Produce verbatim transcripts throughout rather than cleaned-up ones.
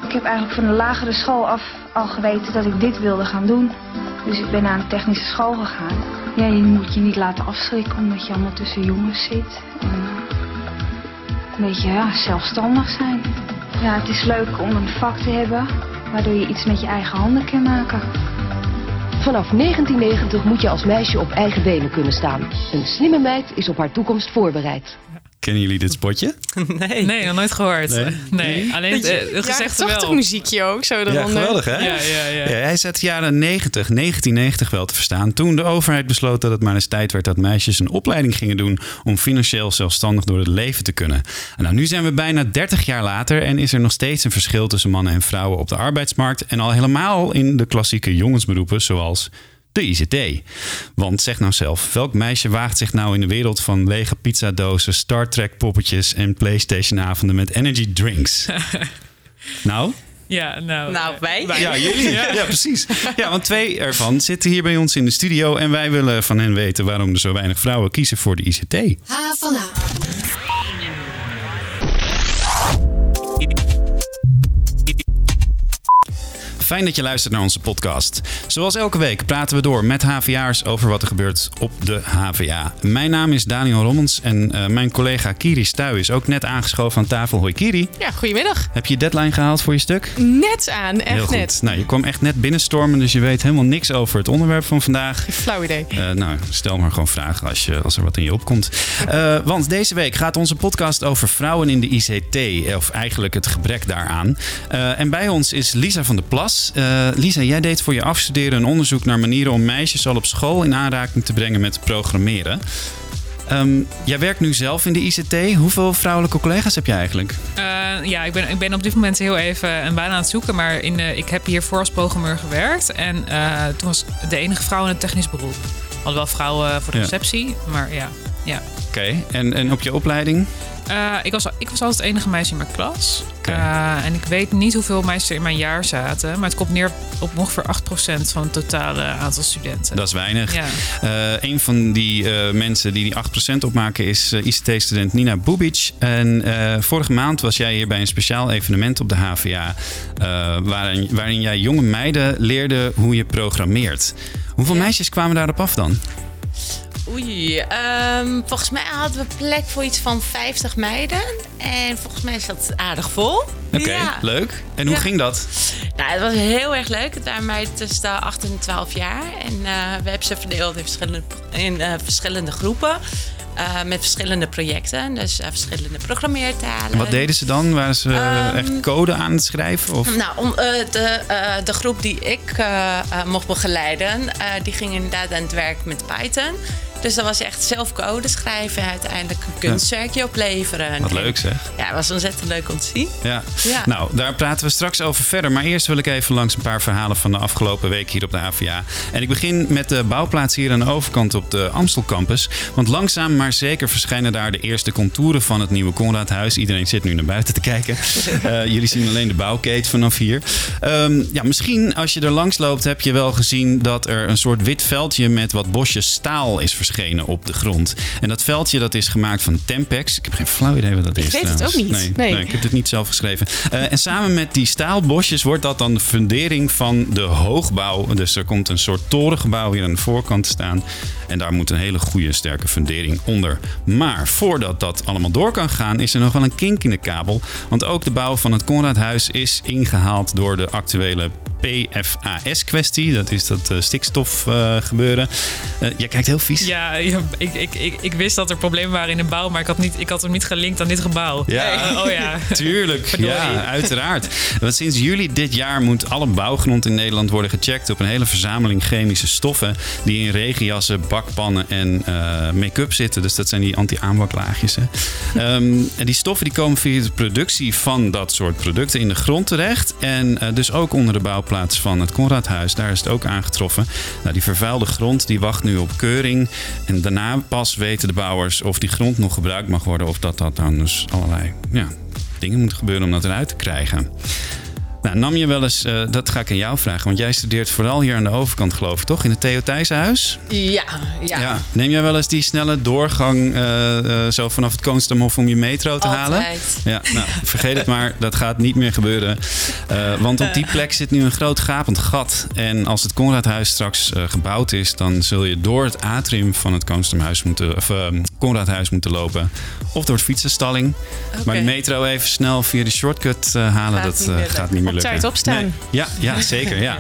Ik heb eigenlijk van de lagere school af al geweten dat ik dit wilde gaan doen. Dus ik ben naar een technische school gegaan. Ja, je moet je niet laten afschrikken omdat je allemaal tussen jongens zit. En een beetje ja, zelfstandig zijn. Ja, het is leuk om een vak te hebben waardoor je iets met je eigen handen kan maken. Vanaf negentien negentig moet je als meisje op eigen benen kunnen staan. Een slimme meid is op haar toekomst voorbereid. Kennen jullie dit spotje? Nee. Nee, nog nooit gehoord. Nee, nee. alleen het, je, het gezegde ja, wel. toch muziekje ook zo eronder. Ja, geweldig hè? Ja, ja, ja. Ja, hij zet jaren negentig, negentien negentig wel te verstaan. Toen de overheid besloot dat het maar eens tijd werd dat meisjes een opleiding gingen doen om financieel zelfstandig door het leven te kunnen. En nou, nu zijn we bijna dertig jaar later en is er nog steeds een verschil tussen mannen en vrouwen op de arbeidsmarkt. En al helemaal in de klassieke jongensberoepen zoals de I C T. Want zeg nou zelf, welk meisje waagt zich nou in de wereld van lege pizzadozen, Star Trek poppetjes en PlayStation-avonden met energy drinks? Nou? Ja, nou, nou wij. wij. Ja, jullie. Ja. ja, precies. Ja, want twee ervan zitten hier bij ons in de studio en wij willen van hen weten waarom er zo weinig vrouwen kiezen voor de I C T. H van H. Fijn dat je luistert naar onze podcast. Zoals elke week praten we door met H V A'ers over wat er gebeurt op de H V A. Mijn naam is Daniel Rommens en uh, mijn collega Kiri Stuy is ook net aangeschoven aan tafel. Hoi Kiri. Ja, goedemiddag. Heb je je deadline gehaald voor je stuk? Net aan, echt Heel goed. net. Nou, je kwam echt net binnenstormen, dus je weet helemaal niks over het onderwerp van vandaag. Flauw idee. Uh, nou, stel maar gewoon vragen als, je, als er wat in je opkomt. Uh, want deze week gaat onze podcast over vrouwen in de I C T, of eigenlijk het gebrek daaraan. Uh, en bij ons is Lisa van der Plas. Uh, Lisa, jij deed voor je afstuderen een onderzoek naar manieren om meisjes al op school in aanraking te brengen met programmeren. Um, jij werkt nu zelf in de I C T. Hoeveel vrouwelijke collega's heb je eigenlijk? Uh, ja, ik ben, ik ben op dit moment heel even een baan aan het zoeken. Maar in, uh, ik heb hiervoor als programmeur gewerkt. En uh, toen was de enige vrouw in het technisch beroep. We hadden wel vrouwen voor de receptie, ja. maar ja. ja. Oké, okay. en, en op je opleiding? Uh, ik, was, ik was altijd het enige meisje in mijn klas. Okay. Uh, en ik weet niet hoeveel meisjes er in mijn jaar zaten. Maar het komt neer op ongeveer acht procent van het totale aantal studenten. Dat is weinig. Ja. Uh, een van die uh, mensen die die acht procent opmaken is uh, I C T-student Nina Bubic. En uh, vorige maand was jij hier bij een speciaal evenement op de H V A. Uh, waarin, waarin jij jonge meiden leerde hoe je programmeert. Hoeveel ja. meisjes kwamen daarop af dan? Oei, um, volgens mij hadden we plek voor iets van vijftig meiden. En volgens mij is dat aardig vol. Oké, okay, ja. leuk. En hoe ja. ging dat? Nou, het was heel erg leuk. Het waren meiden tussen de acht en twaalf jaar. En uh, we hebben ze verdeeld in verschillende, in, uh, verschillende groepen. Uh, met verschillende projecten, dus uh, verschillende programmeertalen. En wat deden ze dan? Waren ze um, echt code aan het schrijven? Of? Nou, om, uh, de, uh, de groep die ik uh, uh, mocht begeleiden, uh, die ging inderdaad aan het werk met Python. Dus dat was echt zelf code schrijven en uiteindelijk een kunstwerkje ja. opleveren. Wat leuk zeg. Ja, het was ontzettend leuk om te zien. Ja. ja, nou daar praten we straks over verder. Maar eerst wil ik even langs een paar verhalen van de afgelopen week hier op de H V A. En ik begin met de bouwplaats hier aan de overkant op de Amstel Campus. Want langzaam maar zeker verschijnen daar de eerste contouren van het nieuwe Conradhuis. Iedereen zit nu naar buiten te kijken. uh, jullie zien alleen de bouwkeet vanaf hier. Um, ja, misschien als je er langs loopt heb je wel gezien dat er een soort wit veldje met wat bosjes staal is verschenen op de grond. En dat veldje dat is gemaakt van Tempex. Ik heb geen flauw idee wat dat ik is. Ik weet trouwens. het ook niet. Nee, nee. nee, ik heb het niet zelf geschreven. Uh, en samen met die staalbosjes wordt dat dan de fundering van de hoogbouw. Dus er komt een soort torengebouw hier aan de voorkant te staan. En daar moet een hele goede, sterke fundering onder. Maar voordat dat allemaal door kan gaan, is er nog wel een kink in de kabel. Want ook de bouw van het Conradhuis is ingehaald door de actuele P F A S-kwestie. Dat is dat uh, stikstof uh, gebeuren. Uh, jij kijkt heel vies. Ja, ja ik, ik, ik, ik wist dat er problemen waren in de bouw, maar ik had, niet, ik had hem niet gelinkt aan dit gebouw. Ja, uh, oh ja. Tuurlijk. Ja, uiteraard. Want sinds juli dit jaar moet alle bouwgrond in Nederland worden gecheckt op een hele verzameling chemische stoffen die in regenjassen, bakpannen en uh, make-up zitten. Dus dat zijn die anti-aanbaklaagjes. Hè. Um, en die stoffen die komen via de productie van dat soort producten in de grond terecht. En uh, dus ook onder de bouwplaats van het Conradhuis. Daar is het ook aangetroffen. Nou, die vervuilde grond die wacht nu op keuring. En daarna pas weten de bouwers of die grond nog gebruikt mag worden. Of dat dat dan dus allerlei ja, dingen moet gebeuren om dat eruit te krijgen. Nou, nam je wel eens, uh, dat ga ik aan jou vragen, want jij studeert vooral hier aan de overkant, geloof ik, toch? In het Theo Thijssenhuis? Ja, ja. ja. Neem jij wel eens die snelle doorgang uh, uh, zo vanaf het Koonstamhof om je metro te Altijd. halen? Ja, nou, vergeet het maar, dat gaat niet meer gebeuren. Uh, want op die plek zit nu een groot gapend gat. En als het Conradhuis straks uh, gebouwd is, dan zul je door het atrium van het Koonstamhuis moeten, of uh, Conradhuis moeten lopen. Of door de fietsenstalling. Okay. Maar de metro even snel via de shortcut uh, halen, gaat dat uh, gaat niet meer lukken. Op tijd opstaan. Nee. Ja, ja, zeker. Ja.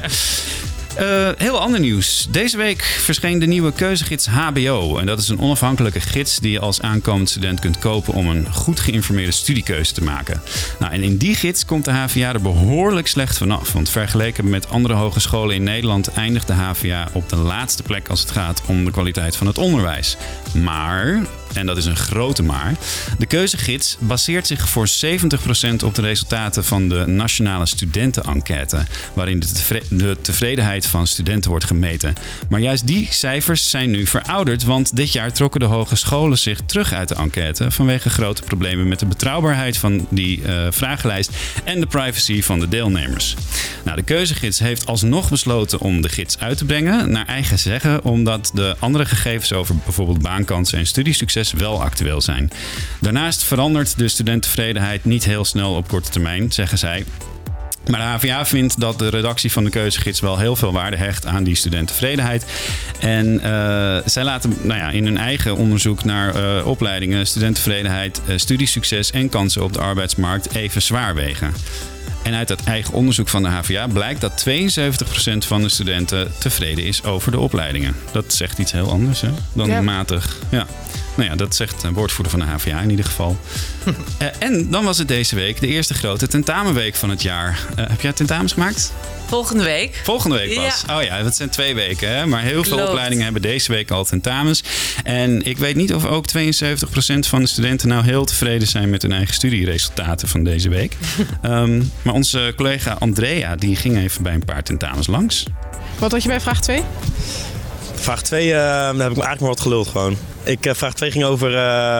Uh, heel ander nieuws. Deze week verscheen de nieuwe keuzegids H B O. En dat is een onafhankelijke gids die je als aankomend student kunt kopen om een goed geïnformeerde studiekeuze te maken. Nou, en in die gids komt de H V A er behoorlijk slecht vanaf. Want vergeleken met andere hogescholen in Nederland eindigt de H V A op de laatste plek als het gaat om de kwaliteit van het onderwijs. Maar, en dat is een grote maar, de keuzegids baseert zich voor zeventig procent op de resultaten van de Nationale Studentenenquête, waarin de, tevre- de tevredenheid van studenten wordt gemeten. Maar juist die cijfers zijn nu verouderd, want dit jaar trokken de hogescholen zich terug uit de enquête vanwege grote problemen met de betrouwbaarheid van die uh, vragenlijst en de privacy van de deelnemers. Nou, de keuzegids heeft alsnog besloten om de gids uit te brengen, naar eigen zeggen, omdat de andere gegevens over bijvoorbeeld baankansen en studiesucces wel actueel zijn. Daarnaast verandert de studenttevredenheid niet heel snel op korte termijn, zeggen zij. Maar de H V A vindt dat de redactie van de keuzegids wel heel veel waarde hecht aan die studenttevredenheid. En uh, zij laten nou ja, in hun eigen onderzoek naar uh, opleidingen, studenttevredenheid, uh, studiesucces en kansen op de arbeidsmarkt even zwaar wegen. En uit dat eigen onderzoek van de H V A blijkt dat tweeënzeventig procent van de studenten tevreden is over de opleidingen. Dat zegt iets heel anders hè, dan ja. matig. Ja. Nou ja, dat zegt een woordvoerder van de H V A in ieder geval. uh, en dan was het deze week de eerste grote tentamenweek van het jaar. Uh, heb jij tentamens gemaakt? Volgende week. Volgende week pas. Ja. Oh ja, dat zijn twee weken. Hè? Maar heel veel Klopt. opleidingen hebben deze week al tentamens. En ik weet niet of ook tweeënzeventig procent van de studenten nou heel tevreden zijn met hun eigen studieresultaten van deze week. um, maar onze collega Andrea, die ging even bij een paar tentamens langs. Wat had je bij vraag twee? Vraag twee, uh, daar heb ik me eigenlijk maar wat geluld gewoon. Ik, uh, vraag twee ging over... Uh,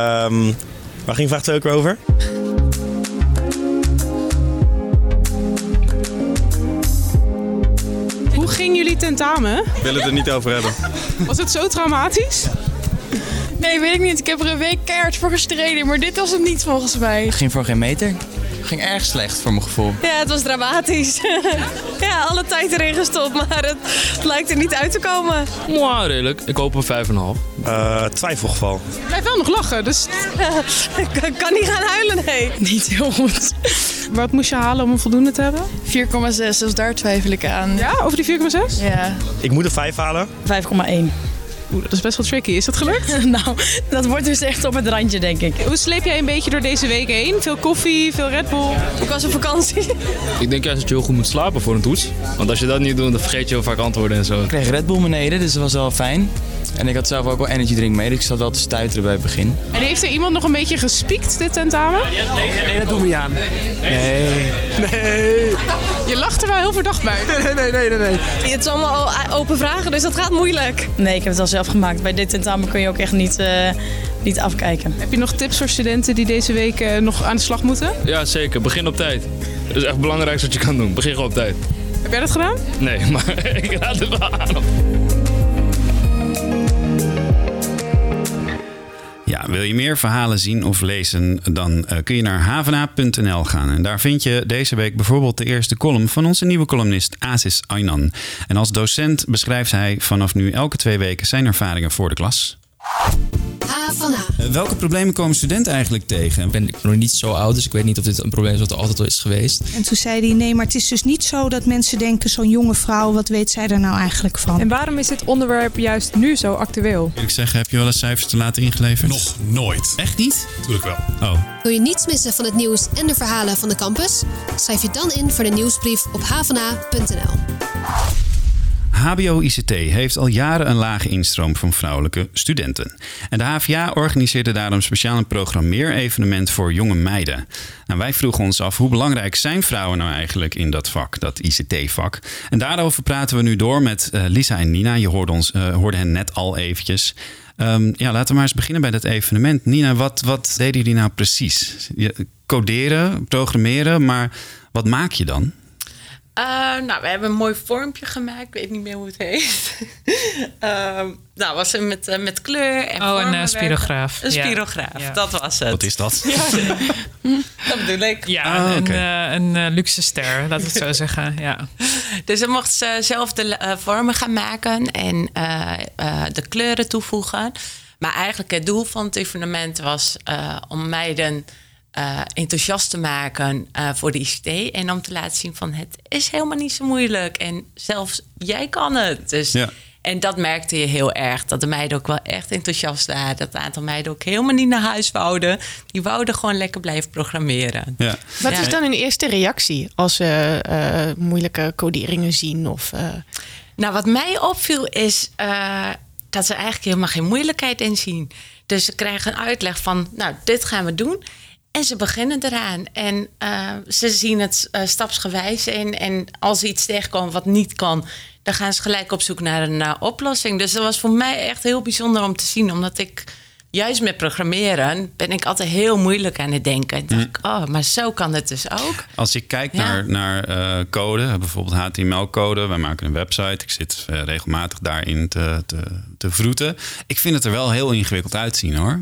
waar ging vraag twee ook weer over? Hoe ging jullie tentamen? Ik wil het er niet over hebben. Was het zo traumatisch? Nee, weet ik niet. Ik heb er een week keihard voor gestreden, maar dit was het niet volgens mij. Het ging voor geen meter. Het ging erg slecht voor mijn gevoel. Ja, het was dramatisch. Ja, alle tijd erin gestopt, maar het, het lijkt er niet uit te komen. Mwah, redelijk. Ik hoop een vijf komma vijf. Uh, twijfelgeval. Je blijft wel nog lachen, dus... Ik kan niet gaan huilen, nee. Niet heel goed. Wat moest je halen om een voldoende te hebben? vier komma zes, dus daar twijfel ik aan. Ja, over die vier komma zes? Ja. Ik moet een vijf halen. vijf komma één. Oeh, dat is best wel tricky. Is dat gelukt? Nou, dat wordt dus echt op het randje, denk ik. Hoe sleep jij een beetje door deze week heen? Veel koffie, veel Red Bull? Ik was op vakantie. Ik denk juist dat je heel goed moet slapen voor een toets. Want als je dat niet doet, dan vergeet je heel vaak antwoorden en zo. Ik kreeg Red Bull beneden, dus dat was wel fijn. En ik had zelf ook wel energy drink mee, dus ik zat wel te stuiteren bij het begin. En heeft er iemand nog een beetje gespiekt, dit tentamen? Nee, nee, dat doen we niet aan. Nee. Nee. Je lacht er wel heel verdacht bij. Nee, nee, nee, nee, nee. Het is allemaal open vragen, dus dat gaat moeilijk. Nee, ik heb het al zelf gemaakt. Bij dit tentamen kun je ook echt niet, uh, niet afkijken. Heb je nog tips voor studenten die deze week uh, nog aan de slag moeten? Ja, zeker. Begin op tijd. Dat is echt het belangrijkste wat je kan doen. Begin gewoon op tijd. Heb jij dat gedaan? Nee, maar ik raad het wel aan. Ja, wil je meer verhalen zien of lezen, dan uh, kun je naar havena punt n l gaan. En daar vind je deze week bijvoorbeeld de eerste column van onze nieuwe columnist Aziz Aynan. En als docent beschrijft hij vanaf nu elke twee weken zijn ervaringen voor de klas. Havana. Uh, welke problemen komen studenten eigenlijk tegen? Ik ben nog niet zo oud, dus ik weet niet of dit een probleem is wat er altijd al is geweest. En toen zei hij, nee, maar het is dus niet zo dat mensen denken, zo'n jonge vrouw, wat weet zij er nou eigenlijk van? En waarom is dit onderwerp juist nu zo actueel? Wil ik zeggen, heb je wel eens cijfers te laten ingeleverd? Nog nooit. Echt niet? Tuurlijk wel. Oh. Wil je niets missen van het nieuws en de verhalen van de campus? Schrijf je dan in voor de nieuwsbrief op havena punt n l. H B O I C T heeft al jaren een lage instroom van vrouwelijke studenten. En de H V A organiseerde daarom speciaal een programmeerevenement voor jonge meiden. Nou, wij vroegen ons af, hoe belangrijk zijn vrouwen nou eigenlijk in dat vak, dat I C T-vak? En daarover praten we nu door met uh, Lisa en Nina. Je hoorde, ons, uh, hoorde hen net al eventjes. Um, ja, laten we maar eens beginnen bij dat evenement. Nina, wat, wat deden jullie nou precies? Je, coderen, programmeren, maar wat maak je dan? Uh, nou, we hebben een mooi vormpje gemaakt. Ik weet niet meer hoe het heet. uh, nou, was het met, uh, met kleur en Oh, een uh, spirograaf. Een ja. spirograaf, ja. dat was het. Wat is dat? Ja. Dat bedoel ik. Ja, ah, een, okay. uh, een uh, luxe ster, laat ik het zo zeggen. Ja. Dus dan mochten ze zelf de uh, vormen gaan maken en uh, uh, de kleuren toevoegen. Maar eigenlijk het doel van het evenement was uh, om meiden uh, enthousiast te maken uh, voor de I C T. En om te laten zien van het is helemaal niet zo moeilijk. En zelfs jij kan het. Dus, ja. En dat merkte je heel erg. Dat de meiden ook wel echt enthousiast waren. Dat een aantal meiden ook helemaal niet naar huis wouden. Die wouden gewoon lekker blijven programmeren. Ja. Wat ja. is dan hun eerste reactie als ze uh, moeilijke coderingen zien? Of, uh... Nou, wat mij opviel is uh, dat ze eigenlijk helemaal geen moeilijkheid in zien. Dus ze krijgen een uitleg van, nou, dit gaan we doen. En ze beginnen eraan. En uh, ze zien het uh, stapsgewijs in. En als ze iets tegenkomen wat niet kan, dan gaan ze gelijk op zoek naar een uh, oplossing. Dus dat was voor mij echt heel bijzonder om te zien. Omdat ik, juist met programmeren, ben ik altijd heel moeilijk aan het denken. En dacht ik, oh, maar zo kan het dus ook. Als je kijkt Ja. naar, naar uh, code, bijvoorbeeld H T M L-code. Wij maken een website. Ik zit uh, regelmatig daarin te, te, te vroeten. Ik vind het er wel heel ingewikkeld uitzien, hoor.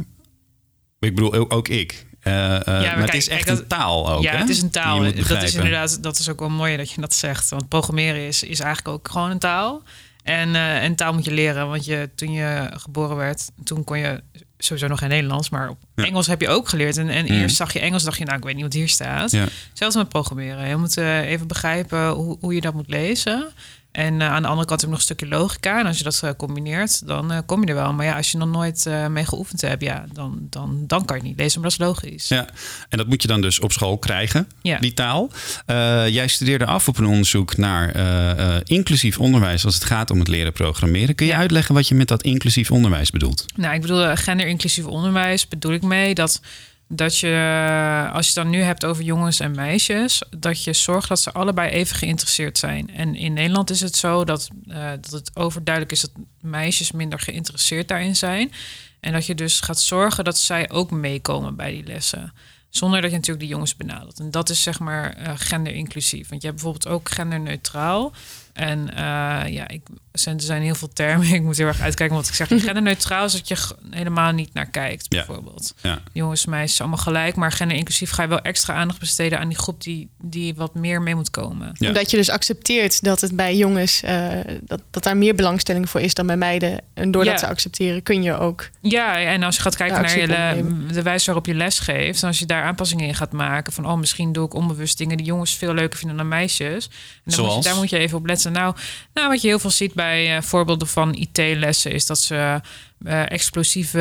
Ik bedoel, ook, ook ik. Uh, uh, ja, maar, maar kijk, het is echt kijk, een taal ook. Ja, hè? het is een taal. Dat is inderdaad, dat is ook wel mooi dat je dat zegt. Want programmeren is, is eigenlijk ook gewoon een taal. En, uh, en taal moet je leren. Want je, toen je geboren werd, toen kon je sowieso nog geen Nederlands. Maar op ja. Engels heb je ook geleerd. En, en mm. eerst zag je Engels, dacht je, nou, ik weet niet wat hier staat. Ja. Zelfs met programmeren. Je moet uh, even begrijpen hoe, hoe je dat moet lezen. En uh, aan de andere kant heb je nog een stukje logica. En als je dat uh, combineert, dan uh, kom je er wel. Maar ja, als je nog nooit uh, mee geoefend hebt, ja, dan, dan, dan kan je het niet lezen. Maar dat is logisch. Ja, en dat moet je dan dus op school krijgen, ja. die taal. Uh, jij studeerde af op een onderzoek naar uh, uh, inclusief onderwijs als het gaat om het leren programmeren. Kun je ja. uitleggen wat je met dat inclusief onderwijs bedoelt? Nou, ik bedoel, uh, genderinclusief onderwijs bedoel ik mee dat... Dat je, als je het dan nu hebt over jongens en meisjes, dat je zorgt dat ze allebei even geïnteresseerd zijn. En in Nederland is het zo dat, uh, dat het overduidelijk is dat meisjes minder geïnteresseerd daarin zijn. En dat je dus gaat zorgen dat zij ook meekomen bij die lessen. Zonder dat je natuurlijk die jongens benadert. En dat is zeg maar uh, genderinclusief. Want je hebt bijvoorbeeld ook genderneutraal. En uh, ja, ik, er zijn heel veel termen. Ik moet heel erg uitkijken wat ik zeg. Genderneutraal is dat je helemaal niet naar kijkt, bijvoorbeeld. Ja. Ja. Jongens, meisjes, allemaal gelijk. Maar genderinclusief ga je wel extra aandacht besteden aan die groep die, die wat meer mee moet komen. Ja. Omdat je dus accepteert dat het bij jongens, uh, dat, dat daar meer belangstelling voor is dan bij meiden. En doordat ja. ze accepteren, kun je ook. Ja, en als je gaat kijken naar je le- de wijze waarop je les geeft, en als je daar aanpassingen in gaat maken, van oh, misschien doe ik onbewust dingen die jongens veel leuker vinden dan meisjes. En dan Zoals? Moet je, daar moet je even op letten. Nou, nou, wat je heel veel ziet bij uh, voorbeelden van I T-lessen is dat ze uh, explosieve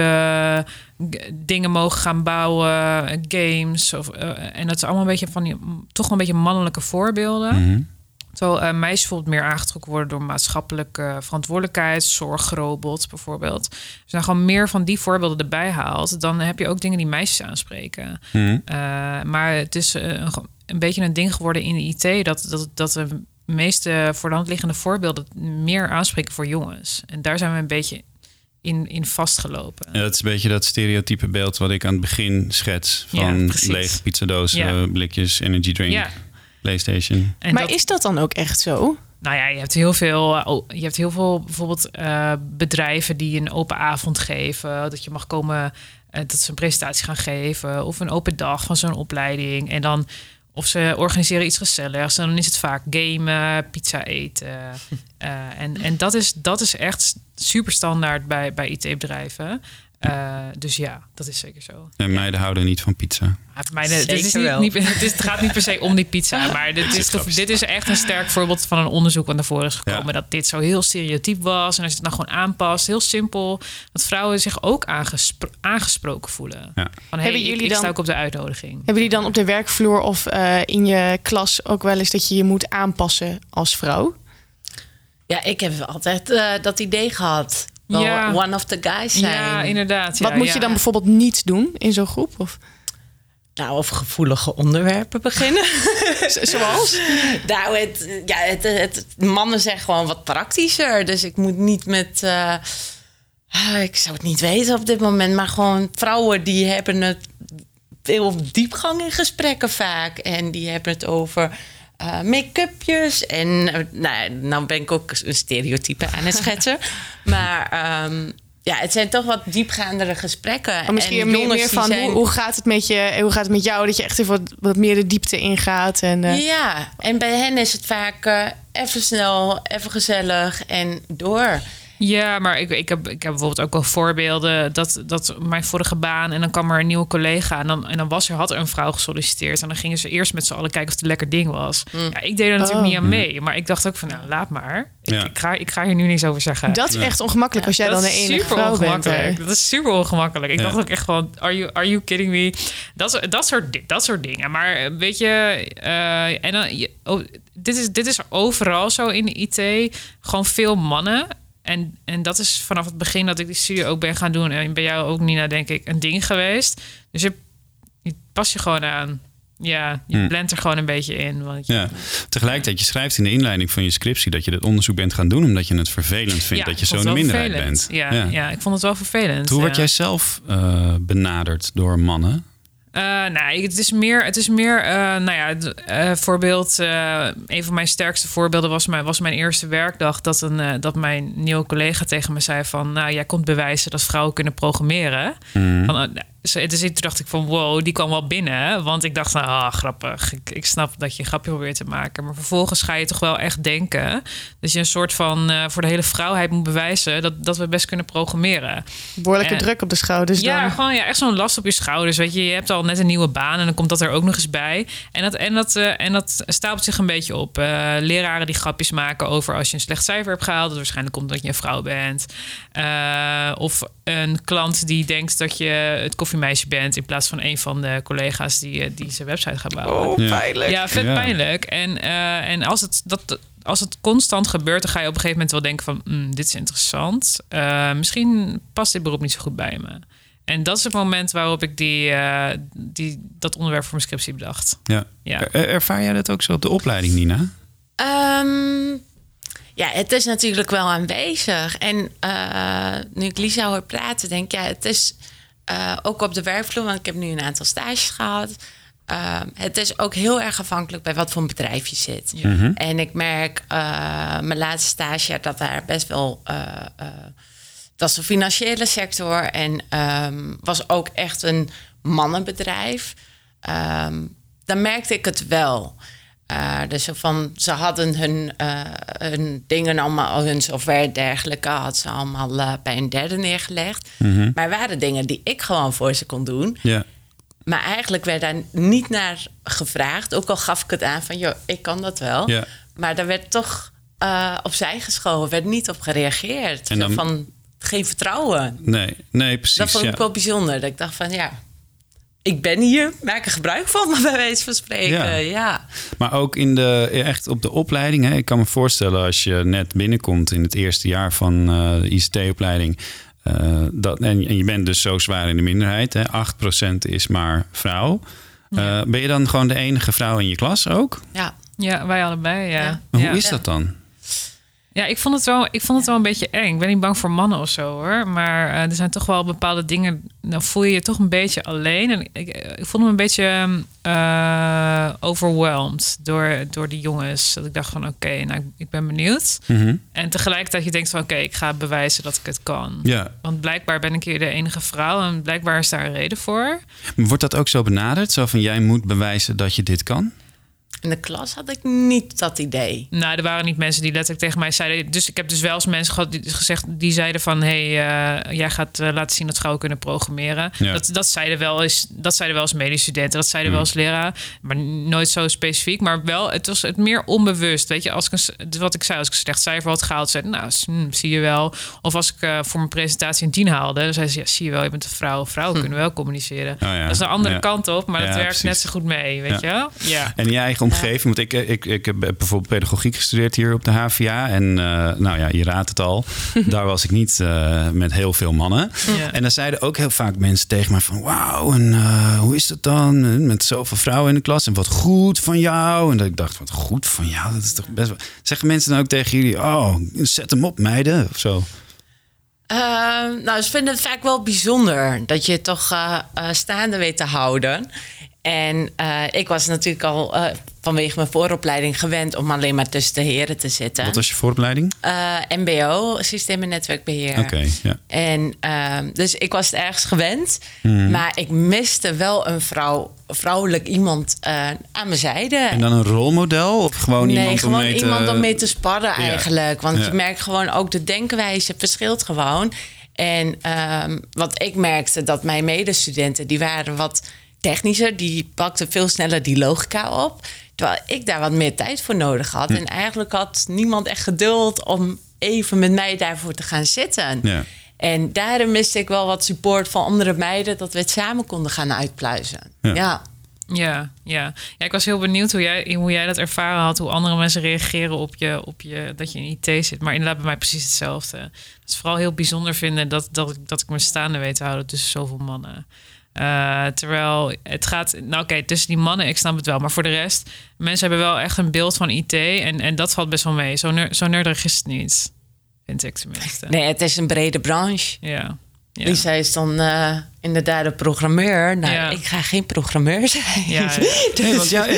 uh, g- dingen mogen gaan bouwen, uh, games. Of, uh, en dat is allemaal een beetje van die, toch wel een beetje mannelijke voorbeelden. Mm-hmm. Terwijl uh, meisjes bijvoorbeeld meer aangetrokken worden door maatschappelijke verantwoordelijkheid, zorgrobots bijvoorbeeld. Als je nou gewoon meer van die voorbeelden erbij haalt, dan heb je ook dingen die meisjes aanspreken. Mm-hmm. Uh, maar het is uh, een, een beetje een ding geworden in de I T dat, dat, dat de meeste voor de hand liggende voorbeelden meer aanspreken voor jongens. En daar zijn we een beetje in, in vastgelopen. Ja, dat is een beetje dat stereotype beeld wat ik aan het begin schets van ja, lege pizzadozen, ja. blikjes, energy drink. Ja. PlayStation. En maar dat, is dat dan ook echt zo? Nou ja, je hebt heel veel, je hebt heel veel bijvoorbeeld uh, bedrijven die een open avond geven. Dat je mag komen, uh, dat ze een presentatie gaan geven. Of een open dag van zo'n opleiding. En dan, of ze organiseren iets gezelligs. En dan is het vaak gamen, pizza eten. Uh, en en dat, is, dat is echt super standaard bij, bij I T-bedrijven. Uh, dus ja, dat is zeker zo. En meiden ja. houden niet van pizza. Ja, meiden, dit is niet, niet, het, is, het gaat niet per se om die pizza. Maar dit is, toch, dit is echt een sterk voorbeeld van een onderzoek wat naar voren is gekomen. Ja. Dat dit zo heel stereotyp was. En als je het nou gewoon aanpast, heel simpel. Dat vrouwen zich ook aangespro- aangesproken voelen. Ja. Van, hey, ik, ik sta ook op de uitnodiging. Hebben jullie dan op de werkvloer of uh, in je klas ook wel eens dat je je moet aanpassen als vrouw? Ja, ik heb altijd uh, dat idee gehad. Wel ja. one of the guys zijn. Ja, inderdaad. Ja, Wat moet ja. je dan bijvoorbeeld niet doen in zo'n groep? Of? Nou, of gevoelige onderwerpen beginnen. Zoals? Nou, het, ja, het, het, mannen zijn gewoon wat praktischer. Dus ik moet niet met... Uh, ik zou het niet weten op dit moment. Maar gewoon vrouwen die hebben het veel diepgang in gesprekken vaak. En die hebben het over... uh, make-upjes. En uh, nou, nou ben ik ook een stereotype aan het schetsen. Maar um, ja, het zijn toch wat diepgaandere gesprekken. Maar misschien en meer, meer van zijn... hoe, hoe gaat het met je, hoe gaat het met jou, dat je echt even wat, wat meer de diepte ingaat. En, uh... Ja, en bij hen is het vaak uh, even snel, even gezellig en door. Ja, maar ik, ik, heb, ik heb bijvoorbeeld ook wel voorbeelden dat, dat mijn vorige baan en dan kwam er een nieuwe collega en dan, en dan was er, had er een vrouw gesolliciteerd en dan gingen ze eerst met z'n allen kijken of het een lekker ding was. Mm. Ja, ik deed er natuurlijk oh. niet aan mee, maar ik dacht ook van, nou, laat maar. Ik, ja. ik, ga, ik ga hier nu niks over zeggen. Dat is echt ongemakkelijk als jij ja, dan de enige vrouw bent. Dat is super ongemakkelijk. Ik ja. dacht ook echt gewoon, are you, are you kidding me? Dat, dat, soort, dat soort dingen. Maar weet je, uh, en dan, oh, dit, is, dit is overal zo in de I T. Gewoon veel mannen. En, en dat is vanaf het begin dat ik die studie ook ben gaan doen. En bij jou ook, Nina, denk ik, een ding geweest. Dus je, je pas je gewoon aan. Ja, je hmm. blendt er gewoon een beetje in. Want je, ja. Tegelijkertijd, je schrijft in de inleiding van je scriptie dat je dit onderzoek bent gaan doen omdat je het vervelend vindt ja, dat je zo in de minderheid vervelend. bent. Ja, ja. ja, ik vond het wel vervelend. Hoe ja. word jij zelf uh, benaderd door mannen? Uh, nou, het is meer, het is meer uh, nou ja, uh, voorbeeld. Uh, een van mijn sterkste voorbeelden was mijn, was mijn eerste werkdag. Dat, een, uh, dat mijn nieuwe collega tegen me zei van, nou, jij komt bewijzen dat vrouwen kunnen programmeren. Mm. Van, uh, dus toen dacht ik van, wow, die kwam wel binnen. Want ik dacht, nou, ah, grappig. Ik, ik snap dat je een grapje probeert te maken. Maar vervolgens ga je toch wel echt denken dat je een soort van uh, voor de hele vrouwheid moet bewijzen dat, dat we best kunnen programmeren. Behoorlijke en, druk op de schouders. Ja, dan. gewoon ja, echt zo'n last op je schouders. Weet je, je hebt al net een nieuwe baan en dan komt dat er ook nog eens bij. En dat, en dat, uh, en dat stapelt zich een beetje op. Uh, leraren die grapjes maken over als je een slecht cijfer hebt gehaald. Dat waarschijnlijk komt dat je een vrouw bent. Uh, of een klant die denkt dat je het koffiemeisje bent in plaats van een van de collega's die, die zijn website gaat bouwen. Oh, pijnlijk. Ja, vet ja. pijnlijk. En, uh, en als het dat... Als het constant gebeurt, dan ga je op een gegeven moment wel denken van, mm, dit is interessant. Uh, misschien past dit beroep niet zo goed bij me. En dat is het moment waarop ik die, uh, die, dat onderwerp voor mijn scriptie bedacht. Ja. Ja. Ervaar jij dat ook zo op de opleiding, Nina? Um, ja, het is natuurlijk wel aanwezig. En uh, nu ik Lisa hoor praten, denk ik, ja, het is uh, ook op de werkvloer, want ik heb nu een aantal stages gehad. Uh, het is ook heel erg afhankelijk bij wat voor een bedrijf je zit. Ja. Mm-hmm. En ik merk, uh, mijn laatste stage, dat daar best wel... Uh, uh, dat is de financiële sector en um, was ook echt een mannenbedrijf. Um, dan merkte ik het wel. Uh, dus van, ze hadden hun, uh, hun dingen allemaal, hun software en dergelijke, had ze allemaal uh, bij een derde neergelegd. Mm-hmm. Maar er waren dingen die ik gewoon voor ze kon doen. Yeah. Maar eigenlijk werd daar niet naar gevraagd. Ook al gaf ik het aan van, joh, ik kan dat wel. Yeah. Maar daar werd toch uh, opzij geschoven, werd niet op gereageerd. En dan... van, geen vertrouwen. Nee, nee, precies. Dat vond ik ja. wel bijzonder. Dat ik dacht van, ja, ik ben hier, maak er gebruik van, maar bij wijze van spreken, ja. ja. Maar ook in de, echt op de opleiding, hè, ik kan me voorstellen als je net binnenkomt in het eerste jaar van uh, de I C T-opleiding... Uh, dat, en, en je bent dus zo zwaar in de minderheid, hè, acht procent is maar vrouw. Ja. Uh, ben je dan gewoon de enige vrouw in je klas ook? Ja, ja wij allebei, ja. ja. Maar hoe ja. is dat dan? Ja, ik vond het wel, ik vond het wel een beetje eng. Ik ben niet bang voor mannen of zo, hoor. Maar uh, er zijn toch wel bepaalde dingen... Dan voel je je toch een beetje alleen. En ik, ik voelde me een beetje uh, overwhelmed door, door die jongens. Dat ik dacht van, oké, okay, nou, ik ben benieuwd. Mm-hmm. En tegelijkertijd je denkt van, oké, okay, ik ga bewijzen dat ik het kan. Ja. Want blijkbaar ben ik hier de enige vrouw. En blijkbaar is daar een reden voor. Maar wordt dat ook zo benaderd? Zo van, jij moet bewijzen dat je dit kan? In de klas had ik niet dat idee. Nou, er waren niet mensen die letterlijk tegen mij zeiden... Dus ik heb dus wel eens mensen gehad die gezegd... die zeiden van, hé, hey, uh, jij gaat uh, laten zien dat vrouwen kunnen programmeren. Ja. Dat, dat zeiden wel eens, dat zeiden wel eens medestudenten, dat zeiden mm. wel eens leraar. Maar nooit zo specifiek. Maar wel, het was het meer onbewust. Weet je, als ik een, wat ik zei, als ik een slecht cijfer had gehaald... zei nou, hm, zie je wel. Of als ik uh, voor mijn presentatie een tien haalde... dan zei ze, ja, zie je wel, je bent een vrouw. Vrouwen hm. kunnen wel communiceren. Oh, ja. Dat is de andere ja. kant op, maar ja, dat werkt precies. net zo goed mee, weet ja. je wel? Ja. En in je eigen omgeving, want ik, ik, ik heb bijvoorbeeld pedagogiek gestudeerd hier op de H V A. En uh, nou ja, je raadt het al. Daar was ik niet uh, met heel veel mannen. Ja. En dan zeiden ook heel vaak mensen tegen mij van... wauw, en uh, hoe is dat dan? Met zoveel vrouwen in de klas. En wat goed van jou. En dat ik dacht, wat goed van jou? Dat is toch best wel... Zeggen mensen dan ook tegen jullie... oh, zet hem op, meiden, of zo? Uh, nou, ze vinden het vaak wel bijzonder... dat je het toch uh, uh, staande weet te houden... En uh, ik was natuurlijk al uh, vanwege mijn vooropleiding gewend om alleen maar tussen de heren te zitten. Wat was je vooropleiding? Uh, M B O, systeem- en netwerkbeheer. Oké, okay, ja. En uh, dus ik was het ergens gewend. Hmm. Maar ik miste wel een vrouw, vrouwelijk iemand uh, aan mijn zijde. En dan een rolmodel? Of gewoon nee, iemand gewoon om mee te... iemand om mee te sparren ja. eigenlijk. Want ja. je merkt gewoon ook de denkwijze verschilt gewoon. En um, wat ik merkte, dat mijn medestudenten, die waren wat technischer. Die pakten veel sneller die logica op. Terwijl ik daar wat meer tijd voor nodig had. Hm. En eigenlijk had niemand echt geduld om even met mij daarvoor te gaan zitten. Ja. En daarin miste ik wel wat support van andere meiden, dat we het samen konden gaan uitpluizen. Ja. ja. Ja, ja. ja, ik was heel benieuwd hoe jij, hoe jij dat ervaren had. Hoe andere mensen reageren op je, op je dat je in I T zit. Maar inderdaad bij mij precies hetzelfde. Het is vooral heel bijzonder vinden dat, dat, ik, dat ik me staande weet te houden tussen zoveel mannen. Uh, terwijl het gaat... Nou oké, okay, tussen die mannen, ik snap het wel. Maar voor de rest, mensen hebben wel echt een beeld van I T. En, en dat valt best wel mee. Zo, ner, zo nerdig is het niet. Vind ik tenminste. Nee, het is een brede branche. Ja. Ja. Lisa is dan uh, inderdaad een programmeur. Nou, ja. ik ga geen programmeur zijn. Ja, ja. Dus... Nee, want ja,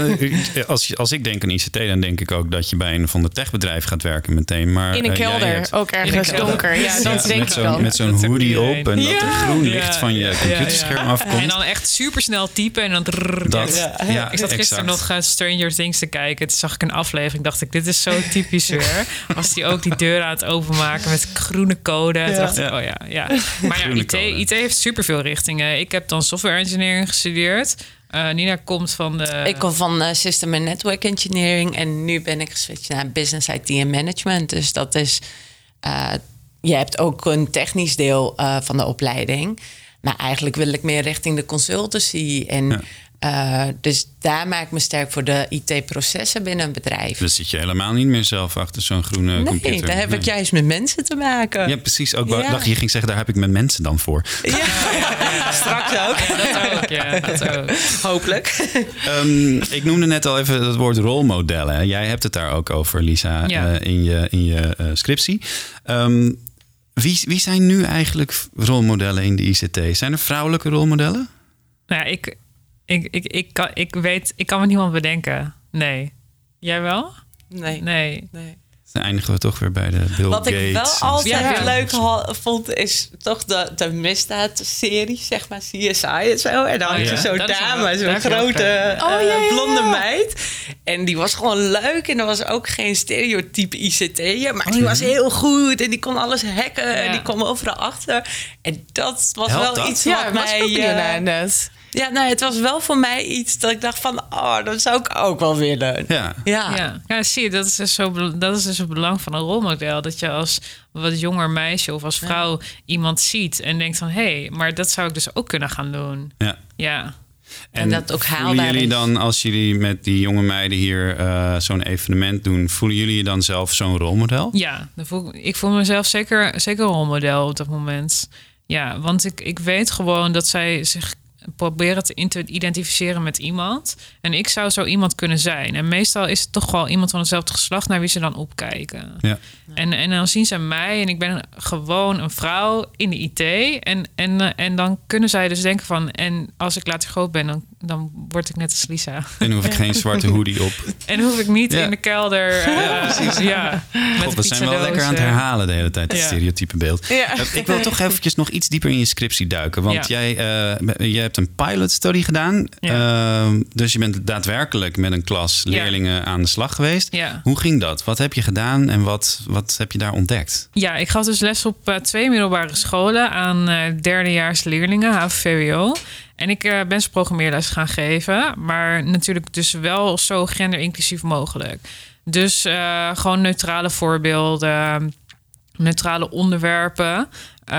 als, als ik denk aan I C T, dan denk ik ook dat je bij een van de techbedrijf gaat werken meteen. Maar, in een uh, kelder, hebt, ook ergens donker. Ja, dat ja, denk met ik zo'n, dan. Met zo'n hoodie op en ja. dat er groen licht ja. van je computerscherm ja, ja. afkomt. En dan echt supersnel typen en dan... Drrr, dat, ja. Ja, ik zat gisteren nog uh, Stranger Things te kijken. Toen zag ik een aflevering. dacht ik, dit is zo typisch weer. Was die ook die deur aan het openmaken met groene code. Toen dacht ik, oh ja, ja. Maar ja, I T, I T heeft superveel richtingen. Ik heb dan software engineering gestudeerd. Uh, Nina komt van de... Ik kom van uh, System and Network Engineering. En nu ben ik geswitcht naar Business I T en Management. Dus dat is... Uh, je hebt ook een technisch deel uh, van de opleiding. Maar eigenlijk wil ik meer richting de consultancy. En ja. Uh, dus daar maak ik me sterk voor de I T-processen binnen een bedrijf. Dus zit je helemaal niet meer zelf achter zo'n groene nee, computer? Nee, daar heb ik juist met mensen te maken. Ja, precies. Ook ja. dacht je ging zeggen, daar heb ik met mensen dan voor. Ja, ja. Straks ook. Ja, dat ook. Ja, dat ook. Hopelijk. Um, ik noemde net al even het woord rolmodellen. Jij hebt het daar ook over, Lisa, ja. uh, in je, in je uh, scriptie. Um, wie, wie zijn nu eigenlijk rolmodellen in de I C T? Zijn er vrouwelijke rolmodellen? Nou ja, ik... Ik, ik, ik, kan, ik weet, ik kan me niemand bedenken. Nee. Jij wel? Nee. Nee. nee. Dan eindigen we toch weer bij de Bill Wat Gates. ik wel altijd ja. leuk ha- vond, is toch de, de misdaadserie, zeg maar, C S I en zo. En dan had oh, je ja. zo'n dat dame, zo'n grote uh, oh, ja, ja, blonde ja. meid. En die was gewoon leuk. En er was ook geen stereotype I C T'er. Maar oh, die ja. was heel goed. En die kon alles hacken. Ja. En die kwam overal achter. En dat was Helpt wel dat? iets ja, wat was mij... Uh, net. Ja, nou, het was wel voor mij iets dat ik dacht van... oh, dat zou ik ook wel willen. Ja, ja. ja. ja zie je, dat is, dus zo, dat is dus het belang van een rolmodel. Dat je als wat jonger meisje of als vrouw ja. iemand ziet... en denkt van, hé, hey, maar dat zou ik dus ook kunnen gaan doen. Ja. ja. En, en dat ook haalbaar voelen jullie is. dan, als jullie met die jonge meiden hier uh, zo'n evenement doen... voelen jullie je dan zelf zo'n rolmodel? Ja, dan voel ik, ik voel mezelf zeker, zeker een rolmodel op dat moment. Ja, want ik, ik weet gewoon dat zij zich... proberen te identificeren met iemand. En ik zou zo iemand kunnen zijn. En meestal is het toch wel iemand van hetzelfde geslacht... naar wie ze dan opkijken. Ja. En, en dan zien ze mij en ik ben gewoon een vrouw in de I T. En, en, en dan kunnen zij dus denken van... en als ik later groot ben, dan, dan word ik net als Lisa. En hoef ik geen zwarte hoodie op. En hoef ik niet ja. in de kelder... Uh, ja, precies. Ja, God, we zijn wel lekker aan het herhalen de hele tijd, het ja. stereotype beeld. Ja. Uh, ik wil toch eventjes nog iets dieper in je scriptie duiken. Want ja. jij, uh, jij hebt een pilot study gedaan. Ja. Uh, dus je bent daadwerkelijk met een klas leerlingen ja. aan de slag geweest. Ja. Hoe ging dat? Wat heb je gedaan en wat, wat heb je daar ontdekt? Ja, ik gaf dus les op uh, twee middelbare scholen aan uh, derdejaars leerlingen, H A V V W O. En ik uh, ben ze programmeerles gaan geven. Maar natuurlijk dus wel zo genderinclusief mogelijk. Dus uh, gewoon neutrale voorbeelden, neutrale onderwerpen.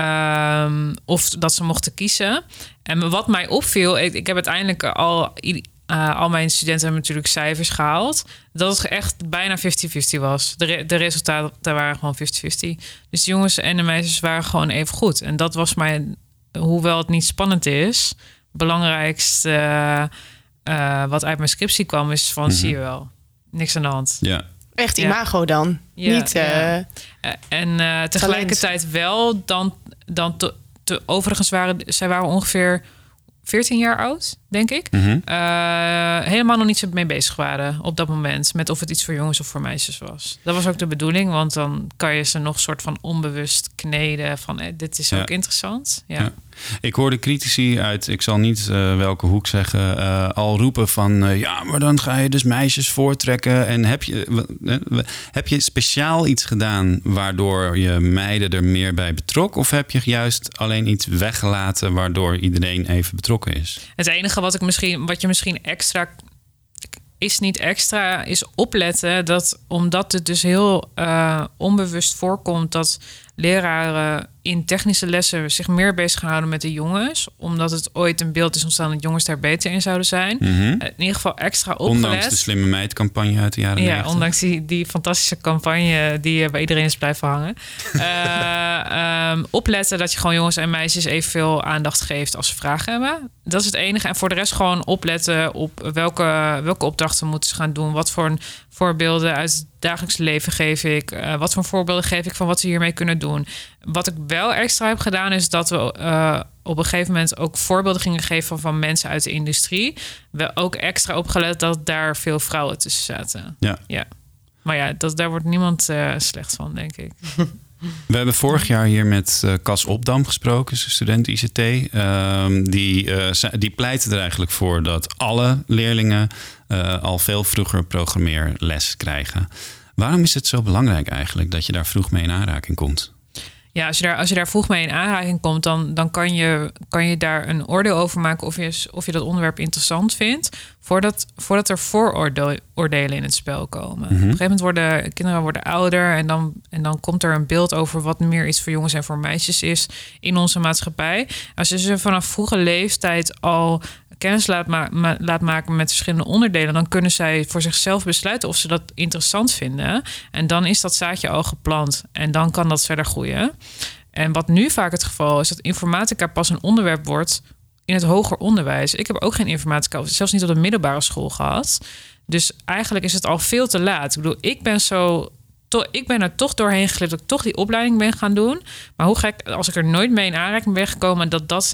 Um, of dat ze mochten kiezen. En wat mij opviel, ik, ik heb uiteindelijk al... Uh, al mijn studenten hebben natuurlijk cijfers gehaald. Dat het echt bijna vijftig vijftig was. De, re- de resultaten waren gewoon vijftig vijftig. Dus de jongens en de meisjes waren gewoon even goed. En dat was mijn, hoewel het niet spannend is... belangrijkste uh, uh, wat uit mijn scriptie kwam... is van, mm-hmm. zie je wel, niks aan de hand. Ja. Echt imago ja. dan. Ja, niet uh, ja. Uh, en uh, tegelijkertijd talent. wel... dan, dan te, te, overigens waren zij waren ongeveer veertien jaar oud... denk ik. Mm-hmm. Uh, helemaal nog niet zo mee bezig waren op dat moment. Met of het iets voor jongens of voor meisjes was. Dat was ook de bedoeling. Want dan kan je ze nog soort van onbewust kneden. Van eh, dit is ook ja. interessant. Ja. Ja. Ik hoorde critici uit, ik zal niet uh, welke hoek zeggen, uh, al roepen van uh, ja, maar dan ga je dus meisjes voortrekken. En heb je, uh, heb je speciaal iets gedaan waardoor je meiden er meer bij betrok? Of heb je juist alleen iets weggelaten waardoor iedereen even betrokken is? Het enige wat ik misschien, wat je misschien extra is niet extra, is opletten dat omdat het dus heel uh, onbewust voorkomt dat leraren in technische lessen zich meer bezig gaan houden met de jongens, omdat het ooit een beeld is ontstaan dat jongens daar beter in zouden zijn. Mm-hmm. In ieder geval extra opgelet. Ondanks de slimme meid-campagne uit de jaren Ja, negentig. ondanks die, die fantastische campagne die uh, bij iedereen is blijven hangen. uh, um, opletten dat je gewoon jongens en meisjes evenveel aandacht geeft als ze vragen hebben. Dat is het enige. En voor de rest gewoon opletten op welke, welke opdrachten moeten ze gaan doen. Wat voor een voorbeelden uit het dagelijks leven geef ik. Uh, wat voor voorbeelden geef ik van wat ze hiermee kunnen doen. Wat ik wel extra heb gedaan is dat we uh, op een gegeven moment ook voorbeelden gingen geven van mensen uit de industrie. We ook extra opgelet dat daar veel vrouwen tussen zaten. Ja. ja. Maar ja, dat, daar wordt niemand uh, slecht van, denk ik. We hebben vorig jaar hier met uh, Cas Opdam gesproken, student I C T. Uh, die, uh, die pleitte er eigenlijk voor dat alle leerlingen uh, al veel vroeger programmeerles krijgen. Waarom is het zo belangrijk eigenlijk dat je daar vroeg mee in aanraking komt? Ja, als je daar, als je daar vroeg mee in aanraking komt, dan, dan kan, je, kan je daar een oordeel over maken of je, of je dat onderwerp interessant vindt, voordat, voordat er vooroordelen in het spel komen. Mm-hmm. Op een gegeven moment worden kinderen worden ouder en dan, en dan komt er een beeld over wat meer iets voor jongens en voor meisjes is in onze maatschappij. Als je ze vanaf vroege leeftijd al kennis laat, ma- ma- laat maken met verschillende onderdelen, dan kunnen zij voor zichzelf besluiten of ze dat interessant vinden. En dan is dat zaadje al geplant en dan kan dat verder groeien. En wat nu vaak het geval is, dat informatica pas een onderwerp wordt in het hoger onderwijs. Ik heb ook geen informatica, zelfs niet op de middelbare school gehad. Dus eigenlijk is het al veel te laat. Ik bedoel, ik ben zo... To, ik ben er toch doorheen geglipt dat ik toch die opleiding ben gaan doen. Maar hoe gek, als ik er nooit mee in aanraking ben gekomen, dat dat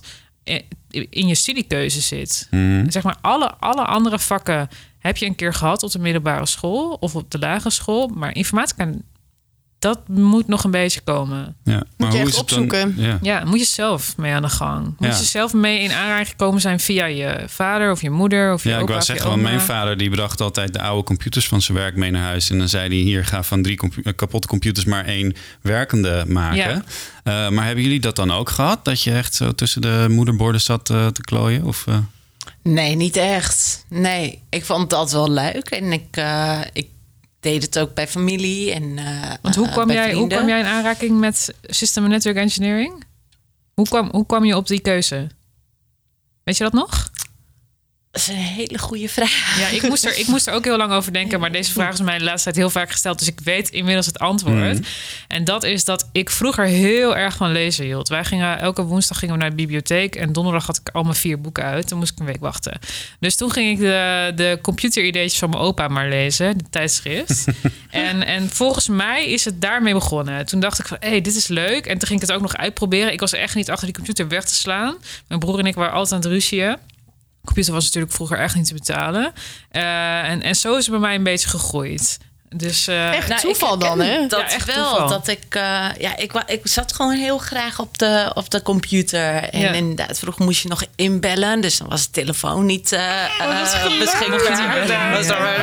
in je studiekeuze zit. Mm. Zeg maar, alle, alle andere vakken heb je een keer gehad op de middelbare school of op de lagere school. Maar informatica, dat moet nog een beetje komen. Ja, maar moet je hoe echt is het opzoeken. Dan, ja. ja, moet je zelf mee aan de gang. Moet ja. je zelf mee in aanraking komen zijn via je vader of je moeder of je Ja, opa ik wou of je zeggen, want oma. mijn vader die bracht altijd de oude computers van zijn werk mee naar huis. En dan zei hij, hier, ga van drie compu- kapotte computers maar één werkende maken. Ja. Uh, maar hebben jullie dat dan ook gehad? Dat je echt zo tussen de moederborden zat uh, te klooien? Of, uh... Nee, niet echt. Nee, ik vond dat wel leuk. En ik, uh, ik deed het ook bij familie. En, uh, Want hoe kwam, bij jij, hoe kwam jij in aanraking met System and Network Engineering? Hoe kwam, hoe kwam je op die keuze? Weet je dat nog? Dat is een hele goede vraag. Ja, ik moest, er, ik moest er ook heel lang over denken. Maar deze vraag is mij de laatste tijd heel vaak gesteld. Dus ik weet inmiddels het antwoord. Mm. En dat is dat ik vroeger heel erg van lezen hield. Wij gingen elke woensdag gingen we naar de bibliotheek. En donderdag had ik al mijn vier boeken uit. Toen moest ik een week wachten. Dus toen ging ik de, de computerideetjes van mijn opa maar lezen. De tijdschrift. en, en volgens mij is het daarmee begonnen. Toen dacht ik van, hé, hey, dit is leuk. En toen ging ik het ook nog uitproberen. Ik was echt niet achter die computer weg te slaan. Mijn broer en ik waren altijd aan het ruzieën. Computer was natuurlijk vroeger echt niet te betalen. Uh, en, en zo is het bij mij een beetje gegroeid. Dus, uh, echt nou, toeval dan, hè? Dat ja, echt wel. toeval. Dat ik, uh, ja, ik, ik zat gewoon heel graag op de, op de computer. En ja. inderdaad, vroeger moest je nog inbellen. Dus dan was de telefoon niet uh, oh, beschikbaar.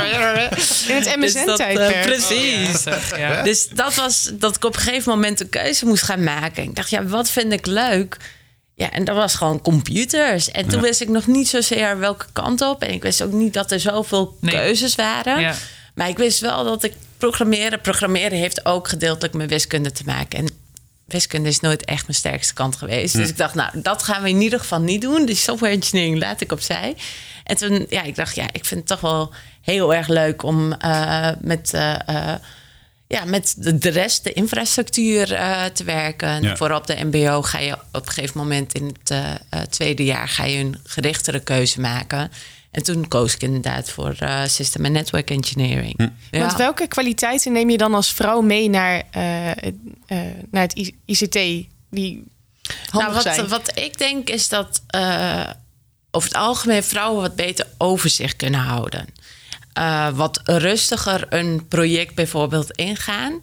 In het M S N-tijdperk. Dus uh, precies. Oh, ja. Ja. Dus dat was dat ik op een gegeven moment een keuze moest gaan maken. Ik dacht, ja, wat vind ik leuk? Ja, en dat was gewoon computers. En toen ja. wist ik nog niet zozeer welke kant op. En ik wist ook niet dat er zoveel nee. keuzes waren. Ja. Maar ik wist wel dat ik programmeren... Programmeren heeft ook gedeeltelijk met wiskunde te maken. En wiskunde is nooit echt mijn sterkste kant geweest. Hm. Dus ik dacht, nou, dat gaan we in ieder geval niet doen. Dus software engineering laat ik opzij. En toen, ja, ik dacht, ja, ik vind het toch wel heel erg leuk om uh, met... Uh, uh, Ja, met de rest, de infrastructuur uh, te werken. Ja. Vooral op de mbo ga je op een gegeven moment in het uh, tweede jaar ga je een gerichtere keuze maken. En toen koos ik inderdaad voor uh, System and Network Engineering. Hm. Ja. Want welke kwaliteiten neem je dan als vrouw mee naar, uh, uh, naar het I C T die handig nou, wat, zijn? Wat ik denk is dat... Uh, over het algemeen vrouwen wat beter overzicht kunnen houden. Uh, wat rustiger een project bijvoorbeeld ingaan.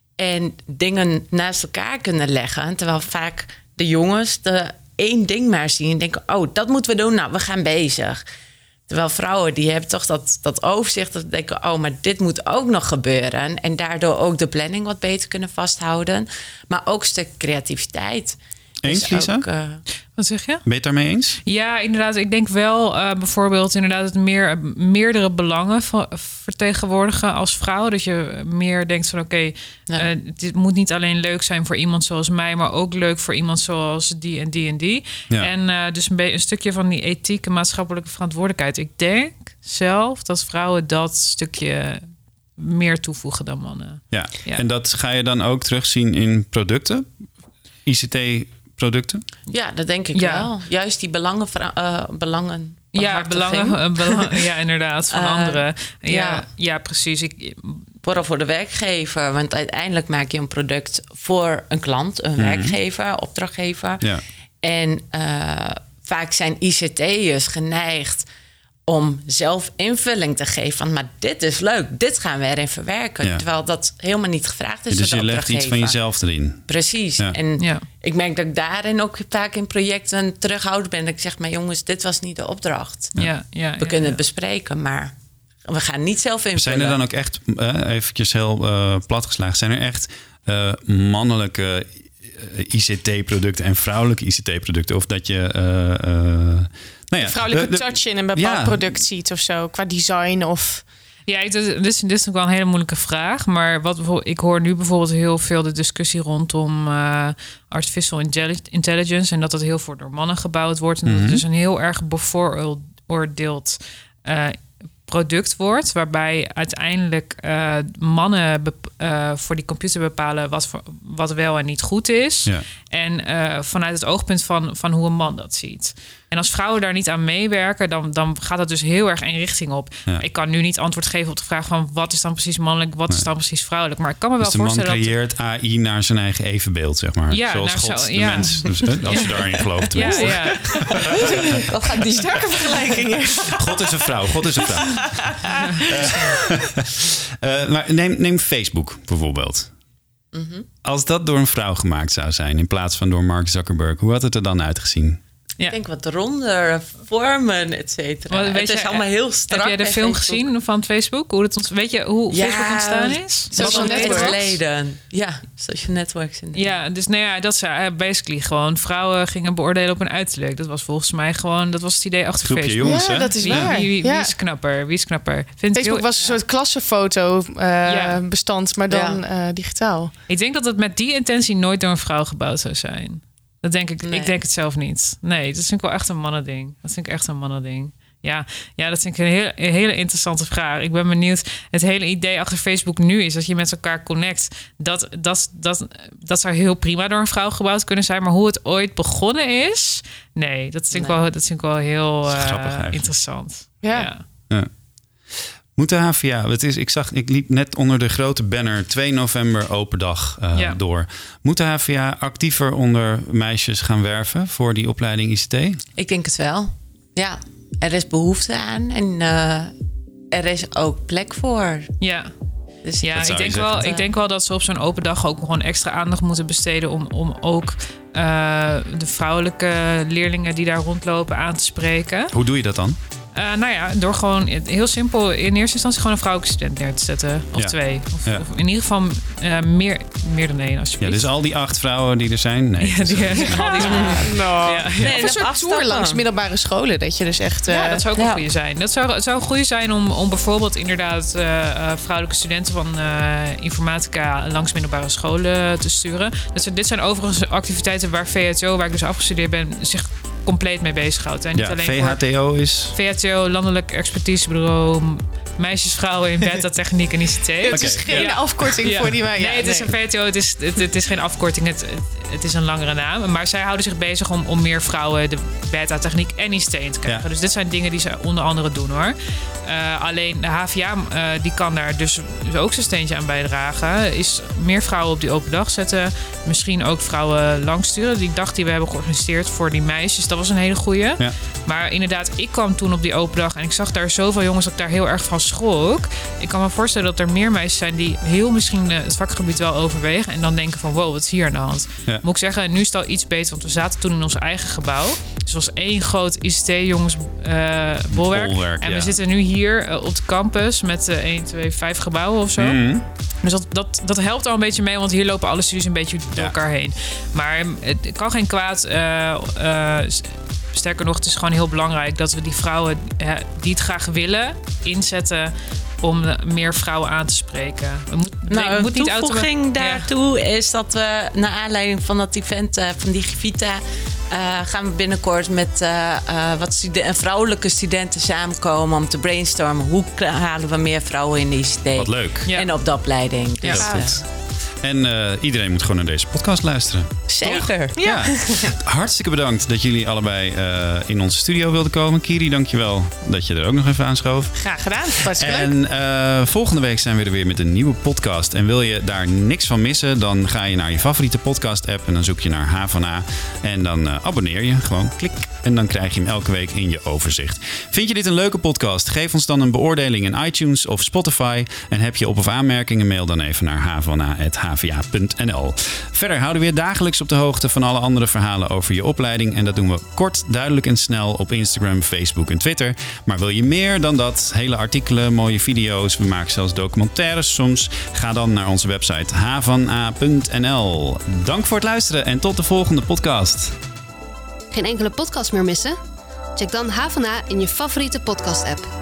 En dingen naast elkaar kunnen leggen. Terwijl vaak de jongens de één ding maar zien en denken... oh, dat moeten we doen, nou, we gaan bezig. Terwijl vrouwen, die hebben toch dat, dat overzicht... dat denken, oh, maar dit moet ook nog gebeuren. En daardoor ook de planning wat beter kunnen vasthouden. Maar ook een stuk creativiteit. Eens, dus Lisa? Ook, uh, Wat zeg je? Ben je het daarmee eens? Ja, inderdaad. Ik denk wel uh, bijvoorbeeld inderdaad het meer, meerdere belangen van, vertegenwoordigen als vrouw. Dat je meer denkt van oké, okay, ja. uh, dit moet niet alleen leuk zijn voor iemand zoals mij, maar ook leuk voor iemand zoals die en die en die. Ja. En uh, dus een, be- een stukje van die ethiek en maatschappelijke verantwoordelijkheid. Ik denk zelf dat vrouwen dat stukje meer toevoegen dan mannen. Ja, ja. En dat ga je dan ook terugzien in producten? I C T-producten? Ja, dat denk ik ja. wel. Juist die belangen... Uh, belangen ja, belangen, uh, belangen, ja, inderdaad, van uh, anderen. Ja, ja. ja, precies. Ik, Vooral voor de werkgever. Want uiteindelijk maak je een product voor een klant, een mm-hmm. werkgever, opdrachtgever. Ja. En uh, vaak zijn I C T'ers geneigd om zelf invulling te geven van... maar dit is leuk, dit gaan we erin verwerken. Ja. Terwijl dat helemaal niet gevraagd is. Ja, dus je legt iets van jezelf erin. Precies. Ja. En ja. ik merk dat ik daarin ook vaak in projecten terughoudend ben. Dat ik zeg, maar jongens, dit was niet de opdracht. Ja. Ja, ja, we ja, kunnen ja. het bespreken, maar we gaan niet zelf invullen. Zijn er dan ook echt, uh, eventjes heel uh, platgeslagen... zijn er echt uh, mannelijke I C T-producten en vrouwelijke I C T-producten? Of dat je... Uh, uh, Nou ja, vrouwelijke de, de, touch in een bepaald ja. product ziet of zo, qua design of... Ja, dit is, dit is ook wel een hele moeilijke vraag. Maar wat ik hoor nu bijvoorbeeld heel veel de discussie rondom uh, artificial intelligence... en dat dat heel veel door mannen gebouwd wordt. En mm-hmm. dat het dus een heel erg bevooroordeeld uh, product wordt... waarbij uiteindelijk uh, mannen bep- uh, voor die computer bepalen... wat, voor, wat wel en niet goed is. Ja. En uh, vanuit het oogpunt van, van hoe een man dat ziet... En als vrouwen daar niet aan meewerken, dan, dan gaat dat dus heel erg één richting op. Ja. Ik kan nu niet antwoord geven op de vraag van wat is dan precies mannelijk, wat nee. is dan precies vrouwelijk. Maar ik kan me wel dus de voorstellen man creëert dat... A I naar zijn eigen evenbeeld, zeg maar. Ja, zoals God zo, de ja. mens. Dus, hè, als je daarin gelooft. Ja, ja. Dat gaat die sterke vergelijkingen. God is een vrouw, God is een vrouw. uh, uh, maar neem, neem Facebook bijvoorbeeld. Mm-hmm. Als dat door een vrouw gemaakt zou zijn in plaats van door Mark Zuckerberg, hoe had het er dan uitgezien? Ja. Ik denk wat ronder vormen, et cetera. Het is je, allemaal heel strak. Heb jij de film Facebook gezien van Facebook? Hoe het ont- weet je hoe ja, Facebook ontstaan is? Social networks. Geleden. Ja, social networks. Inderdaad. Ja, dus nou ja, dat is uh, basically gewoon vrouwen gingen beoordelen op hun uiterlijk. Dat was volgens mij gewoon, dat was het idee achter Groepje Facebook. Jongens, ja, dat is waar. Wie, wie, wie, ja. wie is knapper? Wie is knapper? Vind Facebook heel, was een soort klassenfoto uh, ja. bestand, maar dan ja. uh, digitaal. Ik denk dat het met die intentie nooit door een vrouw gebouwd zou zijn. Dat denk ik. Nee. Ik denk het zelf niet. Nee, dat vind ik wel echt een mannending. Dat vind ik echt een mannending. Ja, ja, dat vind ik een, heel, een hele interessante vraag. Ik ben benieuwd. Het hele idee achter Facebook nu is dat je met elkaar connect. Dat, dat, dat, dat zou heel prima door een vrouw gebouwd kunnen zijn. Maar hoe het ooit begonnen is, nee, dat vind ik, nee. wel, dat vind ik wel heel uh, interessant. Ja. ja. ja. Moet de H V A, het is, ik zag, ik liep net onder de grote banner twee november open dag uh, ja. door. Moet de H V A actiever onder meisjes gaan werven voor die opleiding I C T? Ik denk het wel. Ja, er is behoefte aan en uh, er is ook plek voor. Ja. Dus ja, ik denk, wel, ik denk wel dat ze op zo'n open dag ook gewoon extra aandacht moeten besteden om, om ook uh, de vrouwelijke leerlingen die daar rondlopen aan te spreken. Hoe doe je dat dan? Uh, nou ja, door gewoon heel simpel in eerste instantie gewoon een vrouwelijke student neer te zetten. Of ja. twee. Of, ja. of in ieder geval uh, meer, meer dan één alsjeblieft. Ja, dus al die acht vrouwen die er zijn? Nee. Ja, die, ja, al die no. ja. Nee, of een soort tour langs middelbare scholen. Dat je dus echt... Uh, ja, dat zou ook ja. een goede zijn. Dat zou, zou een goede zijn om, om bijvoorbeeld inderdaad uh, uh, vrouwelijke studenten van uh, informatica langs middelbare scholen te sturen. Dat zijn, dit zijn overigens activiteiten waar V H T O, waar ik dus afgestudeerd ben, zich compleet mee bezighoudt. En niet ja, alleen V H T O is? V H T O, Landelijk Expertisebureau, meisjes, vrouwen in beta-techniek en I C T. Het is geen ja. afkorting ja. voor die meisjes. Nee, het is een V H T O, het is, het, het is geen afkorting. Het, het is een langere naam. Maar zij houden zich bezig om, om meer vrouwen de beta-techniek en I C T in te krijgen. Ja. Dus dit zijn dingen die ze onder andere doen hoor. Uh, alleen de H V A uh, die kan daar dus, dus ook zijn steentje aan bijdragen. Is meer vrouwen op die open dag zetten. Misschien ook vrouwen langsturen. Die dag die we hebben georganiseerd voor die meisjes, dat was een hele goeie. Ja. Maar inderdaad, ik kwam toen op die open dag en ik zag daar zoveel jongens dat ik daar heel erg van schrok. Ik kan me voorstellen dat er meer meisjes zijn die heel misschien het vakgebied wel overwegen en dan denken van wow, wat is hier aan de hand? Ja. Moet ik zeggen, nu is het al iets beter, want we zaten toen in ons eigen gebouw. Dus het was één groot I C T-jongens uh, bolwerk. bolwerk. En ja. we zitten nu hier uh, op de campus met uh, één, twee, vijf gebouwen of zo. Mm-hmm. Dus dat, dat, dat helpt al een beetje mee, want hier lopen alle studies een beetje door ja. elkaar heen. Maar het kan geen kwaad. Uh, uh, sterker nog, het is gewoon heel belangrijk dat we die vrouwen uh, die het graag willen inzetten om meer vrouwen aan te spreken. We moet, nou, een moet niet toevoeging daartoe ja. is dat we naar aanleiding van dat event uh, van Digivita Uh, gaan we binnenkort met uh, uh, wat studen- vrouwelijke studenten samenkomen om te brainstormen. Hoe halen we meer vrouwen in de I C T? Wat leuk. Ja. En op de opleiding. Ja, dus, goed. En uh, iedereen moet gewoon naar deze podcast luisteren. Zeker. Ja. ja. Hartstikke bedankt dat jullie allebei uh, in onze studio wilden komen. Kiri, dankjewel dat je er ook nog even aanschoof. Graag gedaan. Hartstikke en uh, volgende week zijn we er weer met een nieuwe podcast. En wil je daar niks van missen, dan ga je naar je favoriete podcast app en dan zoek je naar H van A. En dan uh, abonneer je. Gewoon klik. En dan krijg je hem elke week in je overzicht. Vind je dit een leuke podcast? Geef ons dan een beoordeling in iTunes of Spotify. En heb je op- of aanmerkingen, mail dan even naar h van a punt h v a punt n l. Verder houden we je dagelijks op de hoogte van alle andere verhalen over je opleiding. En dat doen we kort, duidelijk en snel op Instagram, Facebook en Twitter. Maar wil je meer dan dat? Hele artikelen, mooie video's. We maken zelfs documentaires soms. Ga dan naar onze website h van a punt n l. Dank voor het luisteren en tot de volgende podcast. Geen enkele podcast meer missen? Check dan H van A in je favoriete podcast-app.